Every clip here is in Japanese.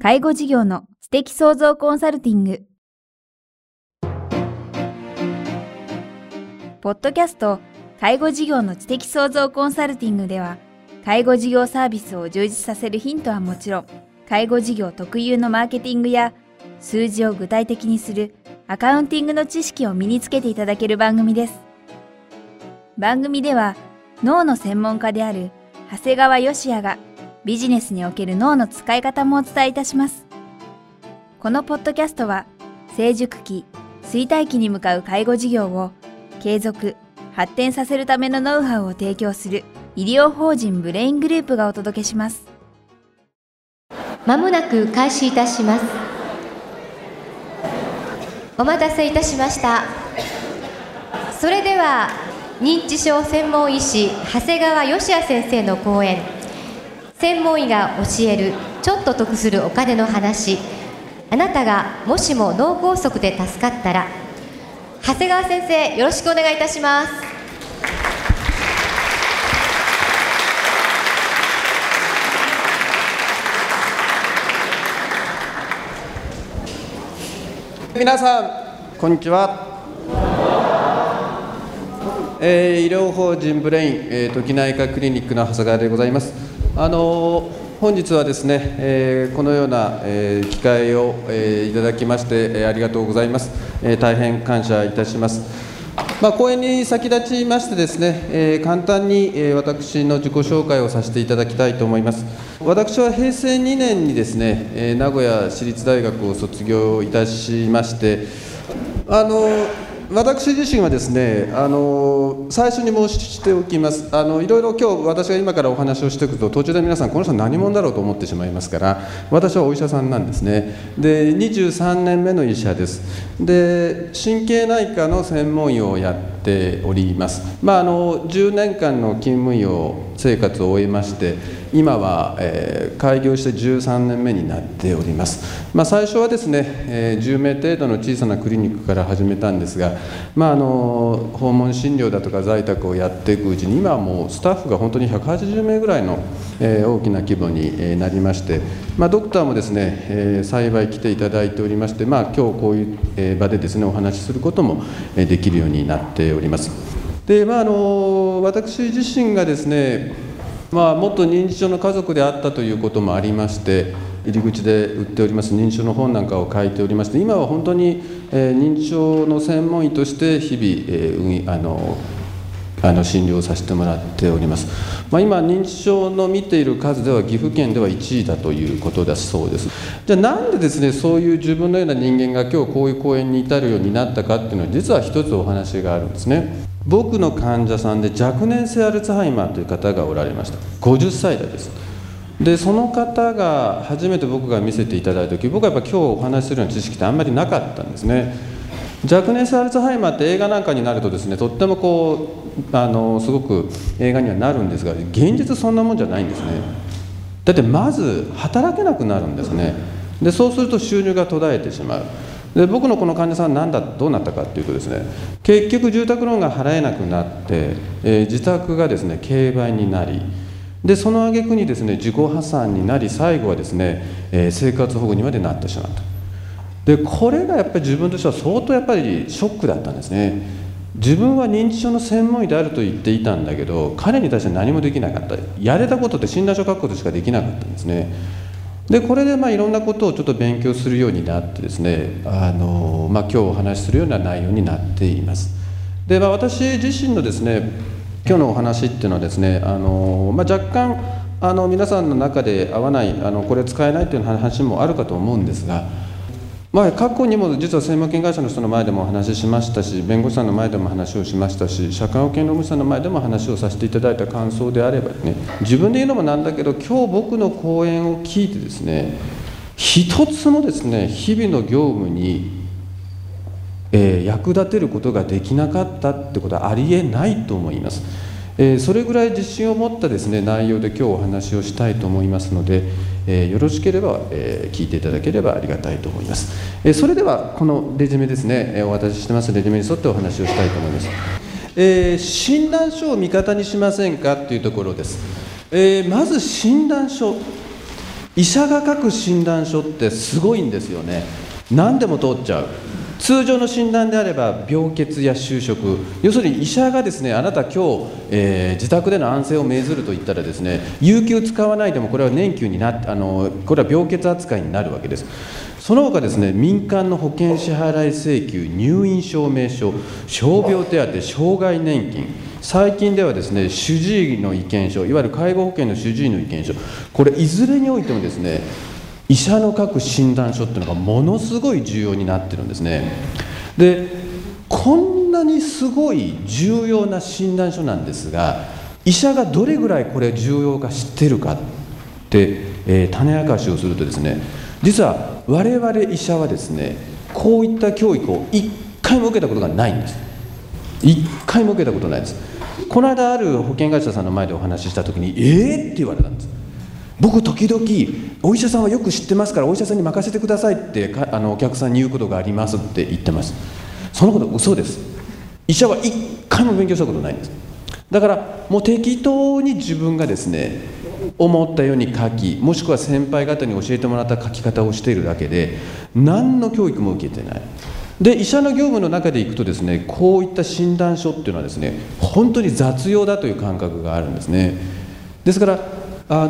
介護事業の知的創造コンサルティング。ポッドキャスト介護事業の知的創造コンサルティングでは、介護事業サービスを充実させるヒントはもちろん、介護事業特有のマーケティングや数字を具体的にするアカウンティングの知識を身につけていただける番組です。番組では脳の専門家である長谷川芳也がビジネスにおける脳の使い方もお伝えいたします。このポッドキャストは成熟期、衰退期に向かう介護事業を継続、発展させるためのノウハウを提供する医療法人ブレイングループがお届けします。 まもなく開始いたします。お待たせいたしました。それでは認知症専門医師長谷川芳也先生の講演、専門医が教えるちょっと得するお金の話、あなたがもしも脳梗塞で助かったら。長谷川先生、よろしくお願いいたします。 皆さんこんにちは。医療法人ブレイン、時内科クリニックの長谷川でございます。本日はですね、このような、機会を、いただきまして、ありがとうございます。大変感謝いたします。講演に先立ちましてですね、簡単に、私の自己紹介をさせていただきたいと思います。私は平成2年にですね、名古屋市立大学を卒業いたしまして、私自身はですね、最初に申しておきます。いろいろ今日私が今からお話をしていくと、途中で皆さんこの人何者だろうと思ってしまいますから、私はお医者さんなんですね。で、23年目の医者です。で、神経内科の専門医をやっております。10年間の勤務医を生活を終えまして、今は、開業して13年目になっております。最初はですね、10名程度の小さなクリニックから始めたんですが、訪問診療だとか在宅をやっていくうちに、今はもうスタッフが本当に180名ぐらいの、大きな規模になりまして、ドクターもですね、幸い来ていただいておりまして、今日こういう場でですね、お話しすることもできるようになっております。で、私自身がですね、元認知症の家族であったということもありまして、入り口で売っております認知症の本なんかを書いておりまして、今は本当に認知症の専門医として日々診療させてもらっております。今認知症の見ている数では岐阜県では1位だということだそうです。じゃあなんでですね、そういう自分のような人間が今日こういう講演に至るようになったかっていうのは、実は一つお話があるんですね。僕の患者さんで若年性アルツハイマーという方がおられました。50歳代です。で、その方が初めて僕が見せていただいた時、僕はやっぱ今日お話しするような知識ってあんまりなかったんですね。若年性アルツハイマーって映画なんかになるとですね、とってもすごく映画にはなるんですが、現実そんなもんじゃないんですね。だってまず働けなくなるんですね。で、そうすると収入が途絶えてしまう。で、僕のこの患者さんはどうなったかというとですね、結局住宅ローンが払えなくなって、自宅がですね競売になり、でその挙句にですね自己破産になり、最後はですね、生活保護にまでなってしまった。で、これがやっぱり自分としては相当やっぱりショックだったんですね。自分は認知症の専門医であると言っていたんだけど、彼に対して何もできなかった。やれたことって診断書を書くことしかできなかったんですね。で、これでいろんなことをちょっと勉強するようになってですね、今日お話しするような内容になっています。で、私自身のですね今日のお話っていうのはですね、若干皆さんの中で合わない、これ使えないっていう話もあるかと思うんですが、過去にも実は生命保険会社の人の前でもお話ししましたし、弁護士さんの前でも話をしましたし、社会保険労務士さんの前でも話をさせていただいた感想であればね、自分で言うのもなんだけど、今日僕の講演を聞いてですね、一つもですね日々の業務に、役立てることができなかったってことはありえないと思います。それぐらい自信を持ったですね内容で今日お話をしたいと思いますので、よろしければ、聞いていただければありがたいと思います。それではこのレジュメですね、お渡ししてますレジュメに沿ってお話をしたいと思います。診断書を味方にしませんかというところです。まず診断書、 医者が書く診断書ってすごいんですよね。何でも通っちゃう。通常の診断であれば病欠や就職、要するに医者がですね、あなた今日、自宅での安静を命ずると言ったらですね、有給使わないでもこれは年給になってこれは病欠扱いになるわけです。その他ですね、民間の保険支払い請求、入院証明書、傷病手当、障害年金、最近ではですね、主治医の意見書、いわゆる介護保険の主治医の意見書、これいずれにおいてもですね、医者の書く診断書っていうのがものすごい重要になってるんですね。で、こんなにすごい重要な診断書なんですが、医者がどれぐらいこれ重要か知ってるかって、種明かしをするとですね、実は我々医者はですね、こういった教育を一回も受けたことがないんです。一回も受けたことないです。この間ある保険会社さんの前でお話しした時にって言われたんです。僕時々お医者さんはよく知ってますからお医者さんに任せてくださいってお客さんに言うことがありますって言ってます。そのこと嘘です。医者は一回も勉強したことないんです。だからもう適当に自分がですね思ったように書き、もしくは先輩方に教えてもらった書き方をしているだけで何の教育も受けてない。で、医者の業務の中でいくとですね、こういった診断書っていうのはですね、本当に雑用だという感覚があるんですね。ですから我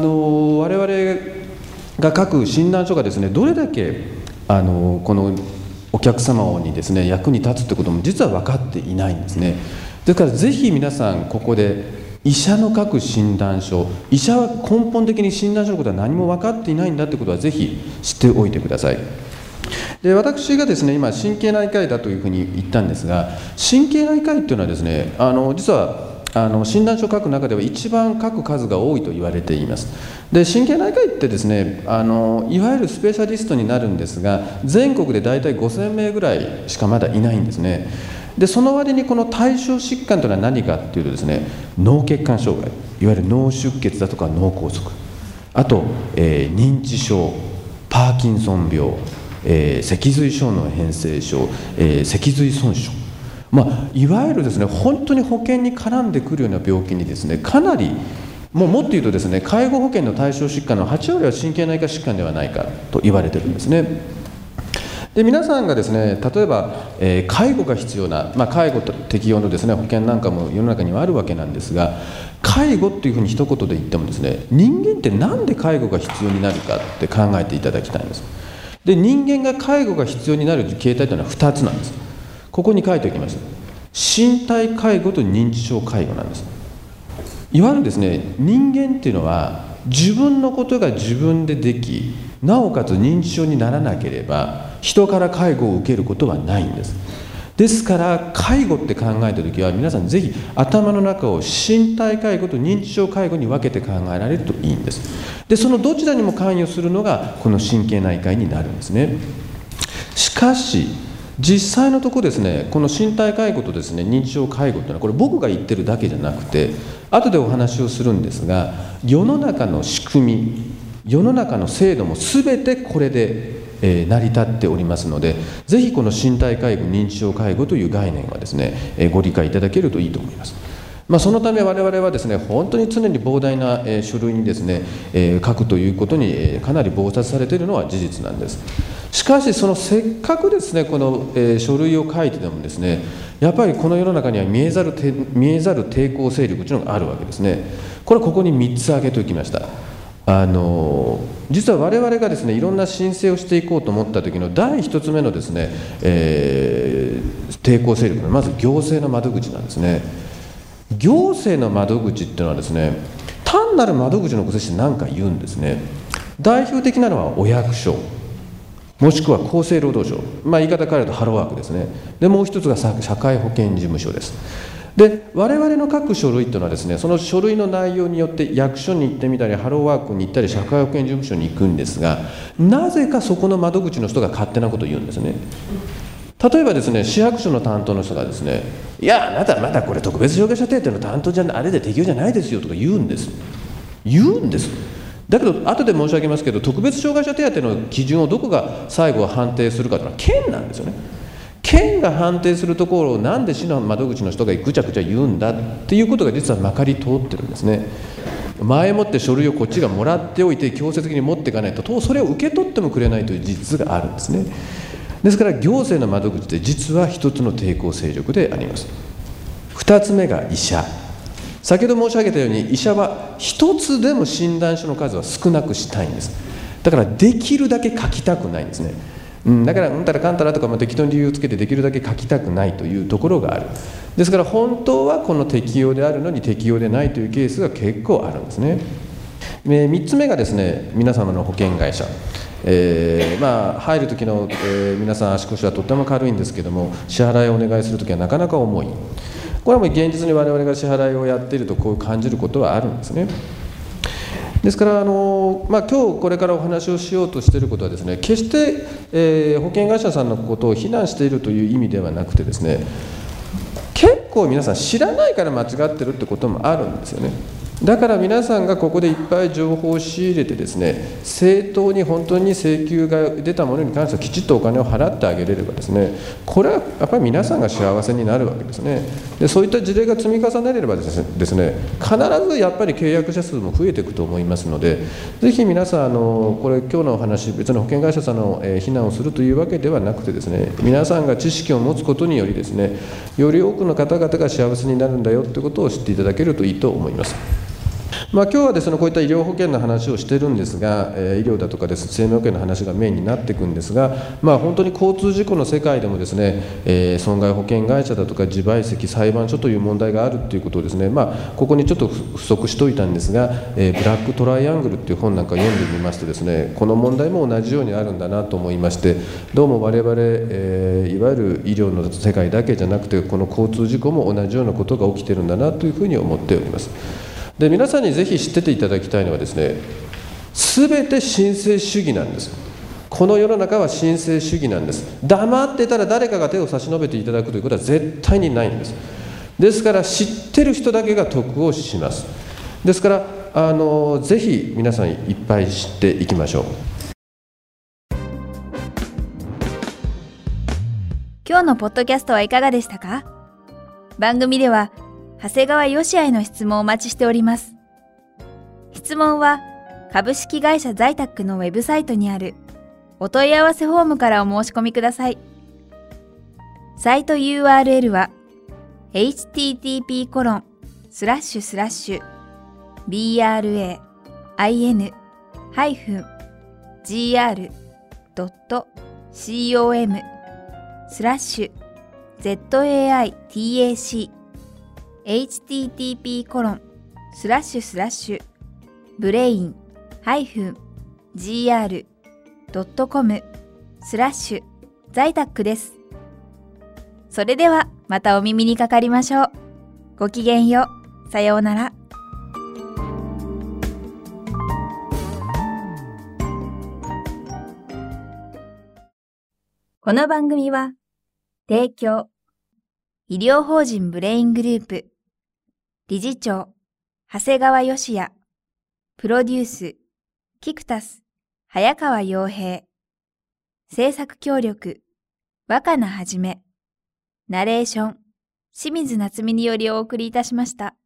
々が書く診断書がですね、どれだけこのお客様にですね役に立つってことも実は分かっていないんですね。ですからぜひ皆さんここで医者の書く診断書、医者は根本的に診断書のことは何も分かっていないんだということはぜひ知っておいてください。で、私がですね今神経内科医だというふうに言ったんですが、神経内科医っていうのはですね実は診断書を書く中では一番書く数が多いと言われています。で、神経内科医ってですねいわゆるスペシャリストになるんですが、全国で大体5000名ぐらいしかまだいないんですね。で、その割にこの対象疾患というのは何かっていうとですね、脳血管障害、いわゆる脳出血だとか脳梗塞、あと、認知症、パーキンソン病、脊髄小脳変性症、脊髄損傷、いわゆるですね本当に保険に絡んでくるような病気にですね、かなりもっと言うとですね、介護保険の対象疾患の8割は神経内科疾患ではないかと言われてるんですね。で、皆さんがですね例えば、介護が必要な、介護適用のですね保険なんかも世の中にはあるわけなんですが、介護っていうふうに一言で言ってもですね、人間ってなんで介護が必要になるかって考えていただきたいんです。で、人間が介護が必要になる形態というのは2つなんです。ここに書いておきました。身体介護と認知症介護なんです。いわゆるですね、人間っていうのは自分のことが自分ででき、なおかつ認知症にならなければ人から介護を受けることはないんです。ですから介護って考えたときは皆さんぜひ頭の中を身体介護と認知症介護に分けて考えられるといいんです。で、そのどちらにも関与するのがこの神経内科医になるんですね。しかし実際のところですね、この身体介護とですね認知症介護というのはこれ僕が言ってるだけじゃなくて後でお話をするんですが、世の中の仕組み、世の中の制度も全てこれで成り立っておりますので、ぜひこの身体介護、認知症介護という概念はですねご理解いただけるといいと思います。そのため我々はですね本当に常に膨大な書類にですね書くということにかなり忙殺されているのは事実なんです。しかしそのせっかくですねこの書類を書いてでもですね、やっぱりこの世の中には見えざる抵抗勢力というのがあるわけですね。これはここに3つ挙げておきました。実は我々がですねいろんな申請をしていこうと思った時の第一つ目のですね、抵抗勢力はまず行政の窓口なんですね。行政の窓口っていうのはですね、単なる窓口のことして何か言うんですね。代表的なのはお役所、もしくは厚生労働省、言い方変えるとハローワークですね。で、もう一つが社会保険事務所です。で、我々の各書類というのはですね、その書類の内容によって役所に行ってみたりハローワークに行ったり社会保険事務所に行くんですが、なぜかそこの窓口の人が勝手なことを言うんですね。例えばですね、市役所の担当の人がですね、いや、あなたまだこれ特別障害者手当の担当じゃあれで適用じゃないですよとか言うんです。だけど後で申し上げますけど、特別障害者手当の基準をどこが最後は判定するかというのは県なんですよね。県が判定するところをなんで市の窓口の人がぐちゃぐちゃ言うんだっていうことが実はまかり通ってるんですね。 前もって書類をこっちがもらっておいて強制的に持っていかないとそれを受け取ってもくれないという事実があるんですね。ですから行政の窓口って実は一つの抵抗勢力であります。2つ目が医者。先ほど申し上げたように医者は一つでも診断書の数は少なくしたいんです。だからできるだけ書きたくないんですね。だからうんたらかんたらとかも適当に理由をつけてできるだけ書きたくないというところがある。ですから本当はこの適用であるのに適用でないというケースが結構あるんですね。3つ目がですね、皆様の保険会社。入る時の、皆さん足腰はとっても軽いんですけども、支払いをお願いするときはなかなか重い。これはもう現実に我々が支払いをやっているとこう感じることはあるんですね。ですから今日これからお話をしようとしていることはですね、決して、保険会社さんのことを非難しているという意味ではなくてですね、結構皆さん知らないから間違ってるってこともあるんですよね。だから皆さんがここでいっぱい情報を仕入れてですね、正当に本当に請求が出たものに関してはきちっとお金を払ってあげれればですね、これはやっぱり皆さんが幸せになるわけですね。でそういった事例が積み重ねればですね、必ずやっぱり契約者数も増えていくと思いますので、ぜひ皆さんこれ今日のお話、別に保険会社さんの非難をするというわけではなくてですね、皆さんが知識を持つことによりですね、より多くの方々が幸せになるんだよということを知っていただけるといいと思います。今日はですね、こういった医療保険の話をしているんですが、医療だとかです生命保険の話がメインになっていくんですが、本当に交通事故の世界でもですね、損害保険会社だとか自賠責裁判所という問題があるということをですね、ここにちょっと付則しておいたんですが、ブラックトライアングルっていう本なんか読んでみましてですね、この問題も同じようにあるんだなと思いまして、どうも我々、いわゆる医療の世界だけじゃなくて、この交通事故も同じようなことが起きているんだなというふうに思っております。で皆さんにぜひ知ってていただきたいのはですね、すべて神聖主義なんです。この世の中は神聖主義なんです。黙ってたら誰かが手を差し伸べていただくということは絶対にないんです。ですから知ってる人だけが得をします。ですからぜひ皆さんいっぱい知っていきましょう。 今日のポッドキャストはいかがでしたか？番組では長谷川よしあへの質問をお待ちしております。質問は株式会社在宅のウェブサイトにあるお問い合わせフォームからお申し込みください。サイト URL は http://brain-gr.com/zaitac http://brain-gr.com/在宅です。それではまたお耳にかかりましょう。ごきげんよう。さようなら。この番組は提供医療法人ブレイングループ理事長長谷川芳也プロデュースキクタス早川洋平制作協力若菜はじめナレーション清水夏美によりお送りいたしました。